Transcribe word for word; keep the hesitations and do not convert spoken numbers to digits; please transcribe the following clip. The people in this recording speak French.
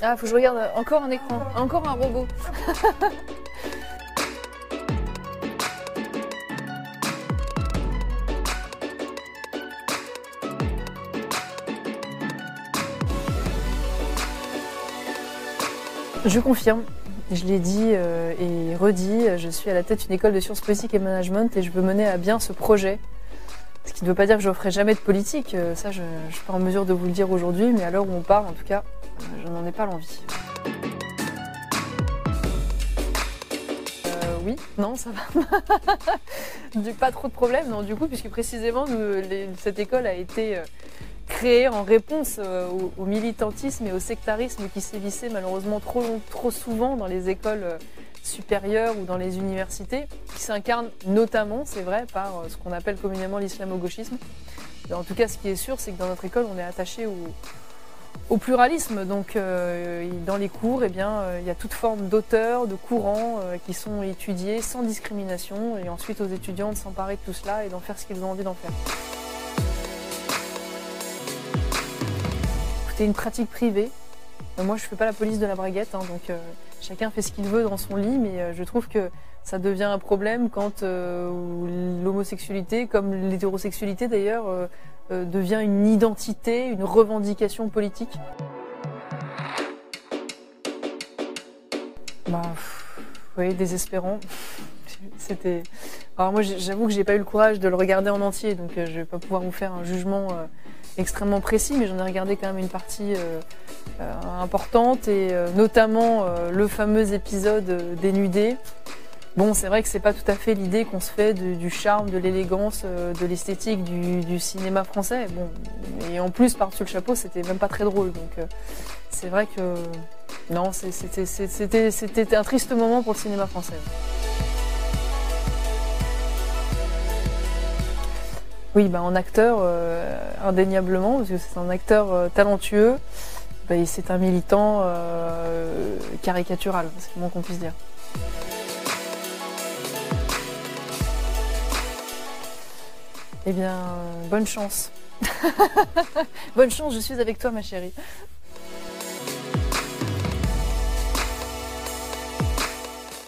Ah, faut que je regarde encore un écran, encore un robot. Je confirme, je l'ai dit euh, et redit, je suis à la tête d'une école de sciences politiques et management et je veux mener à bien ce projet. Ce qui ne veut pas dire que je ne ferai jamais de politique, ça je ne suis pas en mesure de vous le dire aujourd'hui, mais à l'heure où on parle, en tout cas, je n'en ai pas l'envie. Euh, oui, non, ça va. du, pas trop de problèmes, non, du coup, puisque précisément, nous, les, cette école a été... Euh, créée en réponse euh, au, au militantisme et au sectarisme qui sévissait malheureusement trop, trop souvent dans les écoles euh, supérieures ou dans les universités, qui s'incarne notamment, c'est vrai, par euh, ce qu'on appelle communément l'islamo-gauchisme. En tout cas, ce qui est sûr, c'est que dans notre école, on est attaché au, au pluralisme. Donc, euh, dans les cours, eh bien, euh, il y a toute forme d'auteurs, de courants euh, qui sont étudiés sans discrimination, et ensuite aux étudiants de s'emparer de tout cela et d'en faire ce qu'ils ont envie d'en faire. C'est une pratique privée. Moi, je ne fais pas la police de la braguette, hein, donc euh, chacun fait ce qu'il veut dans son lit, mais euh, je trouve que ça devient un problème quand euh, l'homosexualité, comme l'hétérosexualité d'ailleurs, euh, euh, devient une identité, une revendication politique. Bah, pff, oui, désespérant. C'était. Alors moi, j'avoue que j'ai pas eu le courage de le regarder en entier, donc euh, je vais pas pouvoir vous faire un jugement euh, extrêmement précis, mais j'en ai regardé quand même une partie euh, euh, importante, et euh, notamment euh, le fameux épisode euh, dénudé. Bon, c'est vrai que c'est pas tout à fait l'idée qu'on se fait de, du charme, de l'élégance, euh, de l'esthétique du, du cinéma français. Bon, et en plus, par-dessus le chapeau, c'était même pas très drôle, donc euh, c'est vrai que non, c'était un triste moment pour le cinéma français. Oui, bah, en acteur, euh, indéniablement, parce que c'est un acteur euh, talentueux, bah, c'est un militant euh, caricatural, c'est le moins qu'on puisse dire. Eh bien, euh, bonne chance. Bonne chance, je suis avec toi, ma chérie.